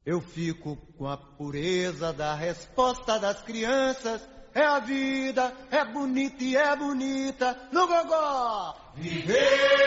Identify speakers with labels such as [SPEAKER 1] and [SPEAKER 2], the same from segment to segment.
[SPEAKER 1] Eu fico com a pureza da resposta das crianças. É a vida, é bonita e é bonita no gogó.
[SPEAKER 2] Viver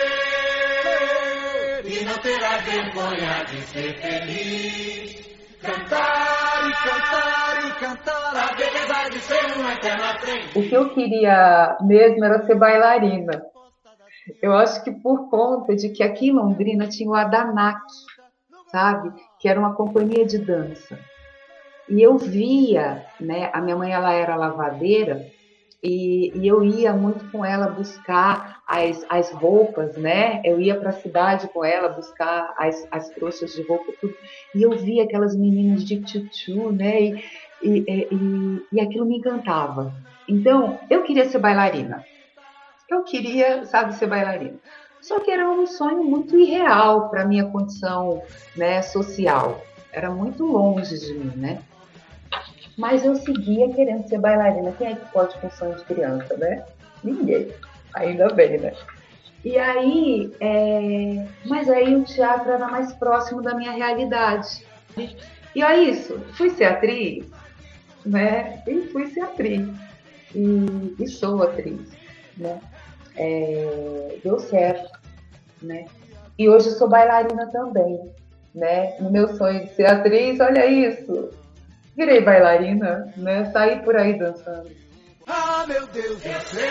[SPEAKER 2] e não terá vergonha de ser feliz. Cantar e cantar e cantar a beleza de ser uma eterna frente.
[SPEAKER 3] O que eu queria mesmo era ser bailarina. Eu acho que por conta de que aqui em Londrina tinha o Adanac, sabe? Que era uma companhia de dança. E eu via, né? A minha mãe ela era lavadeira e eu ia muito com ela buscar as roupas, né? Eu ia para a cidade com ela buscar as trouxas de roupa, tudo. E eu via aquelas meninas de tchutchu, né? E aquilo me encantava. Então, eu queria ser bailarina. Eu queria, sabe, ser bailarina. Só que era um sonho muito irreal para a minha condição, né, social. Era muito longe de mim, né? Mas eu seguia querendo ser bailarina. Quem é que pode com sonho de criança, né? Ninguém. Ainda bem, né? E aí, mas aí o teatro era mais próximo da minha realidade. E é isso. Fui ser atriz, né? E fui ser atriz. E sou atriz, né? Deu certo, né? E hoje eu sou bailarina também, né? No meu sonho de ser atriz, olha isso, virei bailarina, né? Saí por aí dançando.
[SPEAKER 2] Ah, meu Deus, eu sei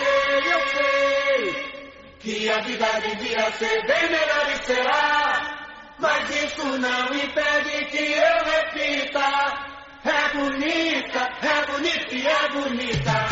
[SPEAKER 2] que a vida devia ser bem melhor e será, mas isso não impede que eu repita. É bonita e é bonita.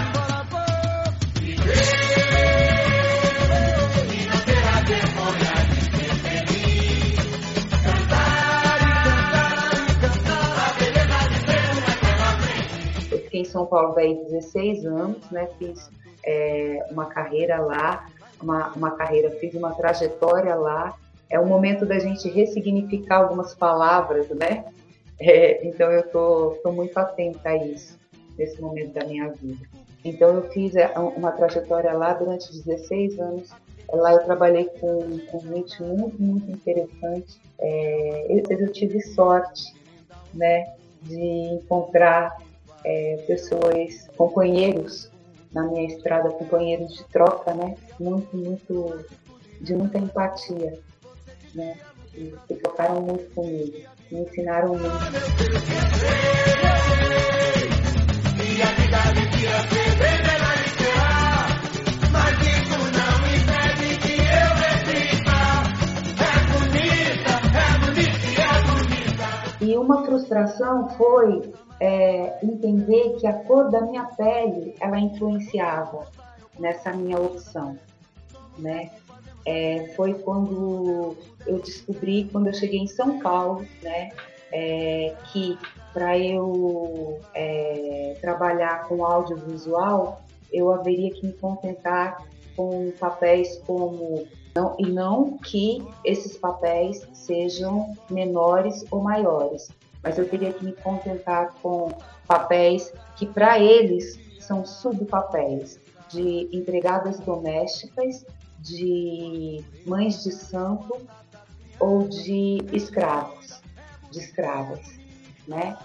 [SPEAKER 3] Fiquei em São Paulo daí 16 anos, né? Fiz uma carreira lá, fiz uma trajetória lá. É o momento da gente ressignificar algumas palavras, né? Então eu tô muito atenta a isso, nesse momento da minha vida. Então eu fiz uma trajetória lá durante 16 anos. Lá eu trabalhei com gente muito, muito interessante. Eu tive sorte, né, de encontrar pessoas, companheiros na minha estrada, companheiros de troca, né, de muita empatia, né, que tocaram muito comigo, me ensinaram muito.
[SPEAKER 2] E a vida devia ser bem melhor e será, mas isso não impede que eu repita. É bonita e é bonita.
[SPEAKER 3] E uma frustração foi entender que a cor da minha pele, ela influenciava nessa minha opção, né? Foi quando eu descobri, quando eu cheguei em São Paulo, né? Que para eu trabalhar com audiovisual, eu haveria que me contentar com papéis como... Não que esses papéis sejam menores ou maiores, mas eu teria que me contentar com papéis que para eles são subpapéis, de empregadas domésticas, de mães de santo ou de escravos, de escravas, né?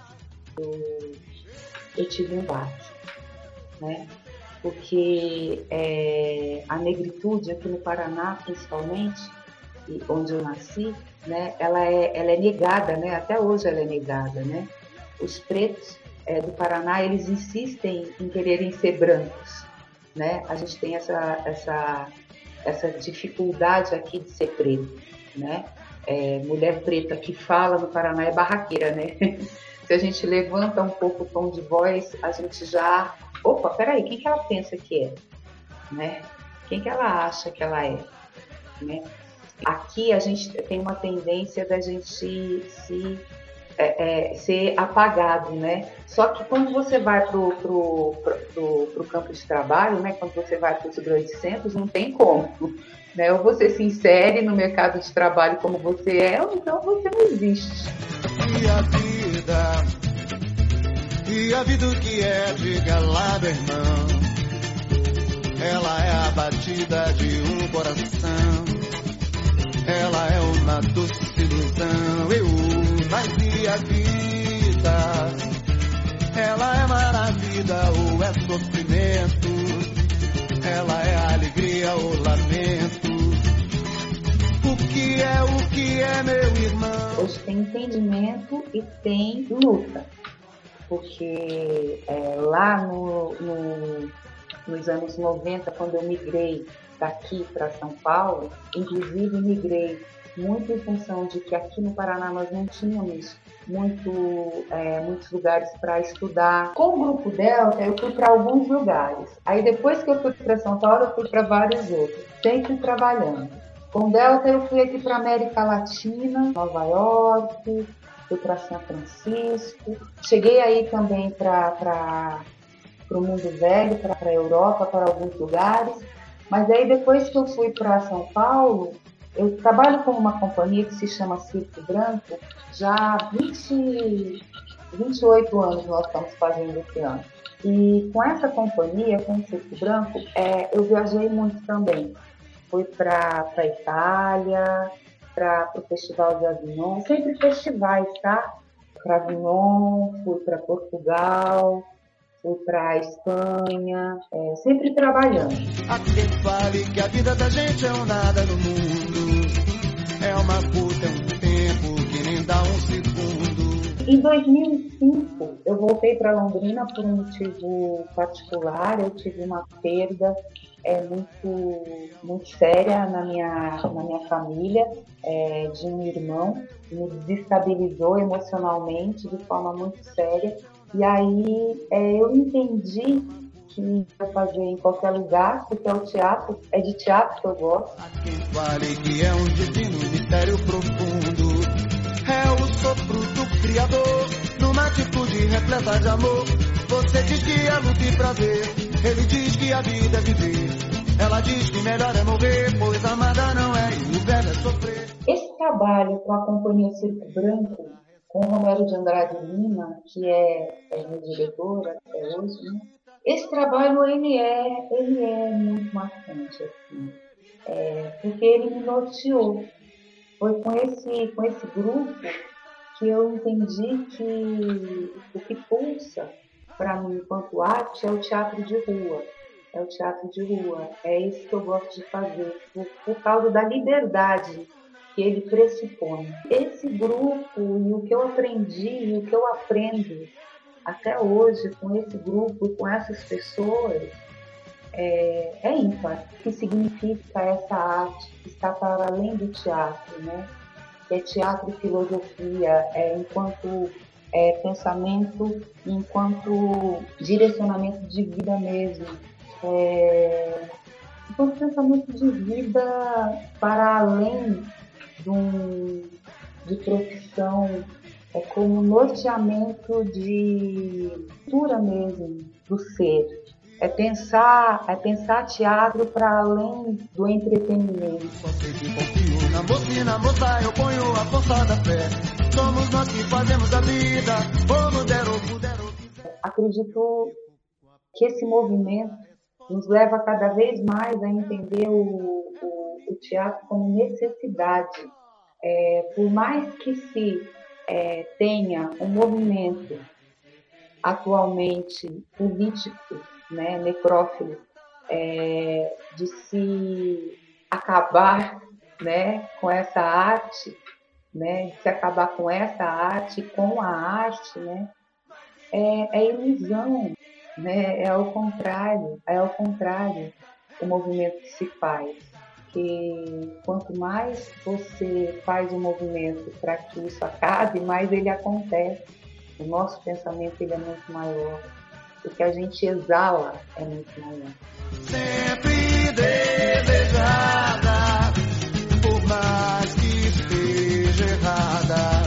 [SPEAKER 3] Eu tive um embate, né? Porque a negritude aqui no Paraná, principalmente, onde eu nasci, né? Ela é negada, né? Até hoje ela é negada, né? Os pretos do Paraná, eles insistem em quererem ser brancos, né? A gente tem essa dificuldade aqui de ser preto, né? Mulher preta que fala no Paraná é barraqueira, né? Se a gente levanta um pouco o tom de voz, a gente já... Opa, peraí, quem que ela pensa que é? Né? Quem que ela acha que ela é? Né? Aqui a gente tem uma tendência da gente ser apagado, né? Só que quando você vai pro campo de trabalho, né? Quando você vai para os grandes centros, não tem como, né? Ou você se insere no mercado de trabalho como você é, ou então você não existe.
[SPEAKER 1] E a vida o que é, diga lá, meu irmão. Ela é a batida de um coração. Ela é uma doce ilusão. mas e a vida? Ela é maravilha ou é sofrimento? Ela é alegria ou lamento? O que é, meu irmão?
[SPEAKER 3] Hoje tem entendimento e tem luta, porque lá nos anos 90, quando eu migrei daqui para São Paulo, inclusive migrei muito em função de que aqui no Paraná nós não tínhamos muitos lugares para estudar. Com o Grupo Delta, eu fui para alguns lugares. Aí depois que eu fui para São Paulo, eu fui para vários outros, sempre trabalhando. Com o Delta, eu fui aqui para América Latina, Nova York, fui para São Francisco. Cheguei aí também para o Mundo Velho, para a Europa, para alguns lugares. Mas aí depois que eu fui para São Paulo, eu trabalho com uma companhia que se chama Circo Branco, já há 28 anos nós estamos fazendo esse ano. E com essa companhia, com o Circo Branco, eu viajei muito também. Fui para a Itália, para o Festival de Avignon, sempre festivais, tá? Para Avignon, fui para Portugal, fui para a Espanha, sempre trabalhando.
[SPEAKER 1] Há quem fale que a vida da gente é um nada no mundo, é uma puta, é um tempo que nem dá um segundo.
[SPEAKER 3] Em 2005, eu voltei para Londrina por um motivo particular. Eu tive uma perda muito séria na minha família, de um irmão, me desestabilizou emocionalmente de forma muito séria. E aí eu entendi que eu fazer em qualquer lugar, porque é o teatro, é de teatro que eu gosto.
[SPEAKER 1] Há quem fale que é um divino mistério profundo, é o sopro do Criador, numa atitude repleta de amor. Você diz que é luta e prazer, ele diz que a vida é viver. Ela diz que melhor é morrer, pois amada não é e o velho é sofrer.
[SPEAKER 3] Esse trabalho com a Companhia Circo Branco, com o Romero de Andrade Lima, que é meu diretor até hoje, né? Esse trabalho ele é muito marcante, assim, porque ele me norteou. Foi com esse grupo que eu entendi que o que pulsa para mim enquanto arte é o teatro de rua. É o teatro de rua, é isso que eu gosto de fazer, por causa da liberdade que ele pressupõe. Esse grupo e o que eu aprendi e o que eu aprendo até hoje com esse grupo, com essas pessoas, é ímpar. O que significa essa arte que está para além do teatro, né? Que é teatro e filosofia, enquanto pensamento, enquanto direcionamento de vida mesmo. Enquanto pensamento de vida para além de profissão, como norteamento de cultura mesmo do ser. É pensar teatro para além do entretenimento.
[SPEAKER 1] Na moça e na moça eu ponho a força da fé. Somos nós que fazemos a vida, como der ou puder.
[SPEAKER 3] Acredito que esse movimento nos leva cada vez mais a entender o teatro como necessidade. Por mais que se tenha um movimento atualmente político, né, necrófilo, de se acabar, né, com essa arte, né, de se acabar com essa arte, com a arte, né, é ilusão, né, é ao contrário o movimento que se faz. Que quanto mais você faz um movimento para que isso acabe, mais ele acontece. O nosso pensamento ele é muito maior. O que a gente exala é muito maior.
[SPEAKER 1] Sempre desejada, por mais que esteja errada,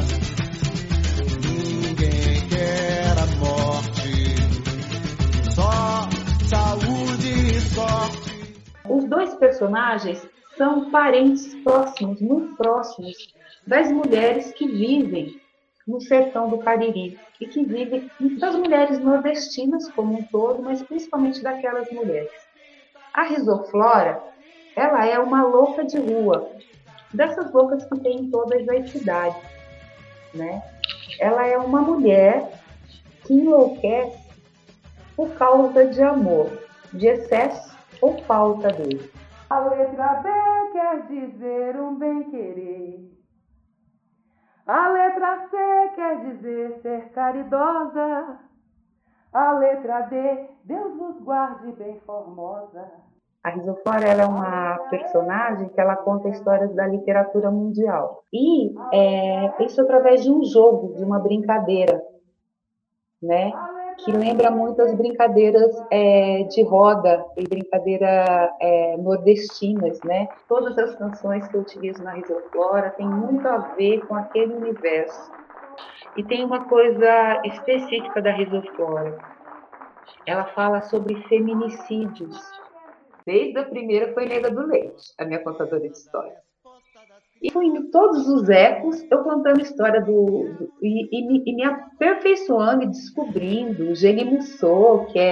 [SPEAKER 1] ninguém quer a morte, só saúde e sorte.
[SPEAKER 3] Os dois personagens são parentes próximos, muito próximos, das mulheres que vivem no sertão do Cariri e que vivem, das mulheres nordestinas como um todo, mas principalmente daquelas mulheres. A Risoflora, ela é uma louca de rua, dessas loucas que tem em todas as cidades. né? Ela é uma mulher que enlouquece por causa de amor, de excesso ou falta dele.
[SPEAKER 4] A letra B quer dizer um bem-querer. A letra C quer dizer ser caridosa. A letra D, Deus vos guarde bem formosa.
[SPEAKER 3] A Risoflora, ela é uma personagem que ela conta histórias da literatura mundial. E isso através de um jogo, de uma brincadeira, né? Que lembra muito as brincadeiras de roda e brincadeira nordestinas, né? Todas as canções que eu utilizo na Risoflora têm muito a ver com aquele universo. E tem uma coisa específica da Risoflora. Ela fala sobre feminicídios. Desde a primeira foi Nega do Leite, a minha contadora de histórias. E fui em todos os ecos, eu contando a história e me aperfeiçoando e descobrindo o Genimussô, que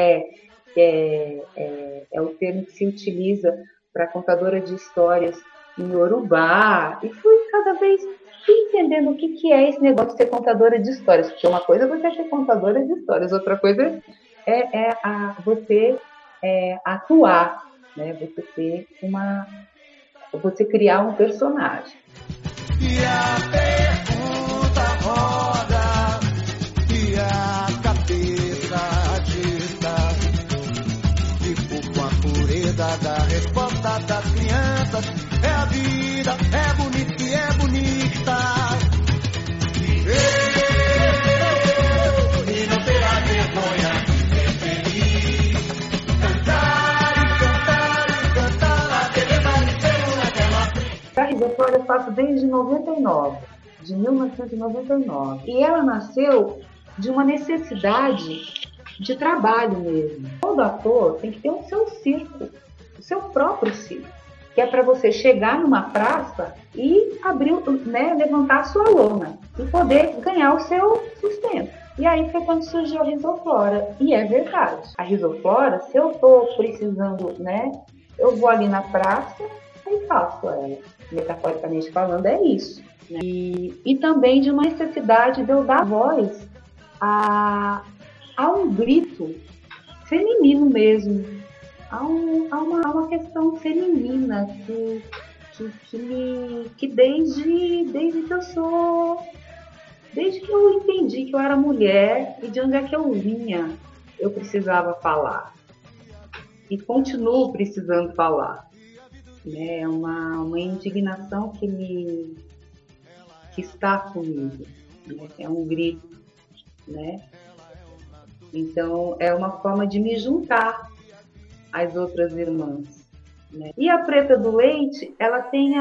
[SPEAKER 3] é o termo que se utiliza para contadora de histórias em Yorubá. E fui cada vez entendendo o que é esse negócio de ser contadora de histórias. Porque uma coisa é você ser contadora de histórias, outra coisa é você atuar, né? Você criar um personagem.
[SPEAKER 1] E a pergunta roda, e a cabeça agita, tipo com a pureza da resposta das crianças. É a vida, é bonita e é bonita. E não terá vergonha de ser feliz. Cantar e cantar e cantar, até desvanecer naquela.
[SPEAKER 3] A Risoflora eu faço desde 99, de 1999. E ela nasceu de uma necessidade de trabalho mesmo. Todo ator tem que ter o seu circo, o seu próprio circo, que é para você chegar numa praça e abrir, né, levantar a sua lona e poder ganhar o seu sustento. E aí foi quando surgiu a Risoflora. E é verdade. A Risoflora, se eu estou precisando, né, eu vou ali na praça e faço ela. Metaforicamente falando, é isso. Né? E também de uma necessidade de eu dar voz a um grito feminino mesmo, a uma questão feminina que desde que eu entendi que eu era mulher e de onde é que eu vinha, eu precisava falar. E continuo precisando falar. É uma indignação que está comigo, né? É um grito, né? Então é uma forma de me juntar às outras irmãs, né? E a Preta do Leite, ela tem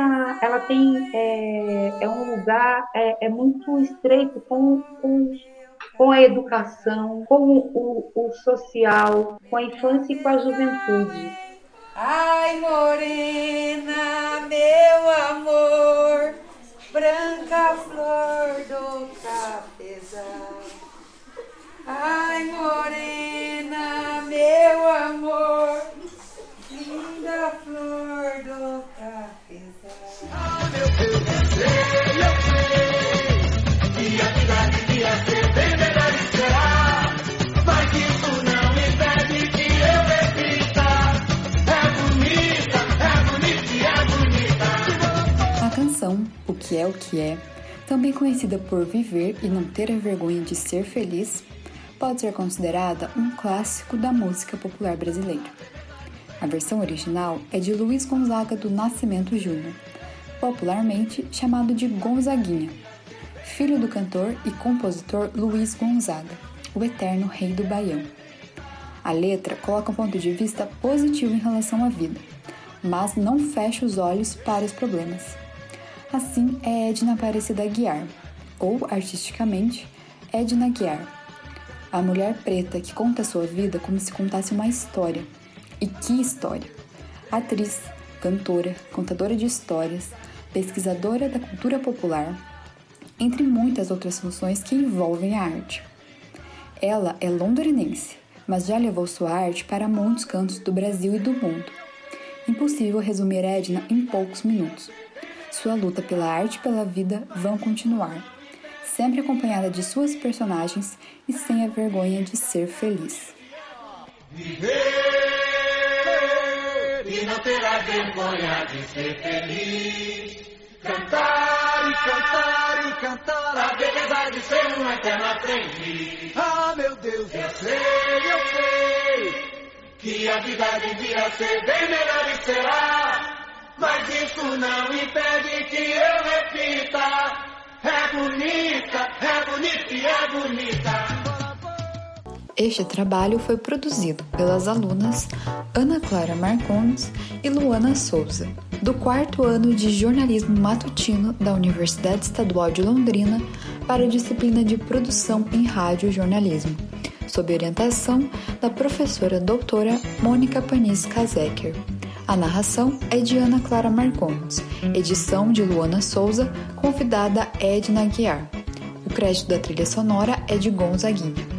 [SPEAKER 3] um lugar muito estreito com a educação, com o social, com a infância e com a juventude.
[SPEAKER 4] Ai, morena, meu amor, branca flor do cafezal. Ai, morena, meu amor, linda flor do cafezal.
[SPEAKER 1] Ah, meu Deus, eu sei que a vida devia ser bem melhor e será, mas isso não impede que eu repita.
[SPEAKER 5] A canção O Que É, também conhecida por Viver e Não Ter a Vergonha de Ser Feliz, pode ser considerada um clássico da música popular brasileira. A versão original é de Luiz Gonzaga do Nascimento Júnior, popularmente chamado de Gonzaguinha, filho do cantor e compositor Luiz Gonzaga, o eterno rei do Baião. A letra coloca um ponto de vista positivo em relação à vida, mas não fecha os olhos para os problemas. Assim é Edna Aparecida Aguiar, ou, artisticamente, Edna Aguiar, a mulher preta que conta a sua vida como se contasse uma história. E que história! Atriz, cantora, contadora de histórias, pesquisadora da cultura popular, entre muitas outras funções que envolvem a arte. Ela é londrinense, mas já levou sua arte para muitos cantos do Brasil e do mundo. Impossível resumir Edna em poucos minutos. Sua luta pela arte e pela vida vão continuar, sempre acompanhada de suas personagens e sem a vergonha de ser feliz.
[SPEAKER 2] Viver e não ter a vergonha de ser feliz. Cantar e cantar e cantar, a beleza de ser um eterno aprendiz. Ah, meu Deus, eu sei que a vida devia ser bem melhor e será. Mas isso não impede que eu repita. É bonita e é bonita.
[SPEAKER 5] Este trabalho foi produzido pelas alunas Ana Clara Marcondes e Luana Souza, do 4º ano de Jornalismo Matutino da Universidade Estadual de Londrina, para a disciplina de Produção em Rádio e Jornalismo, sob orientação da professora doutora Mônica Panis Kazeker. A narração é de Ana Clara Marcondes, edição de Luana Souza, convidada Edna Aguiar. O crédito da trilha sonora é de Gonzaguinha.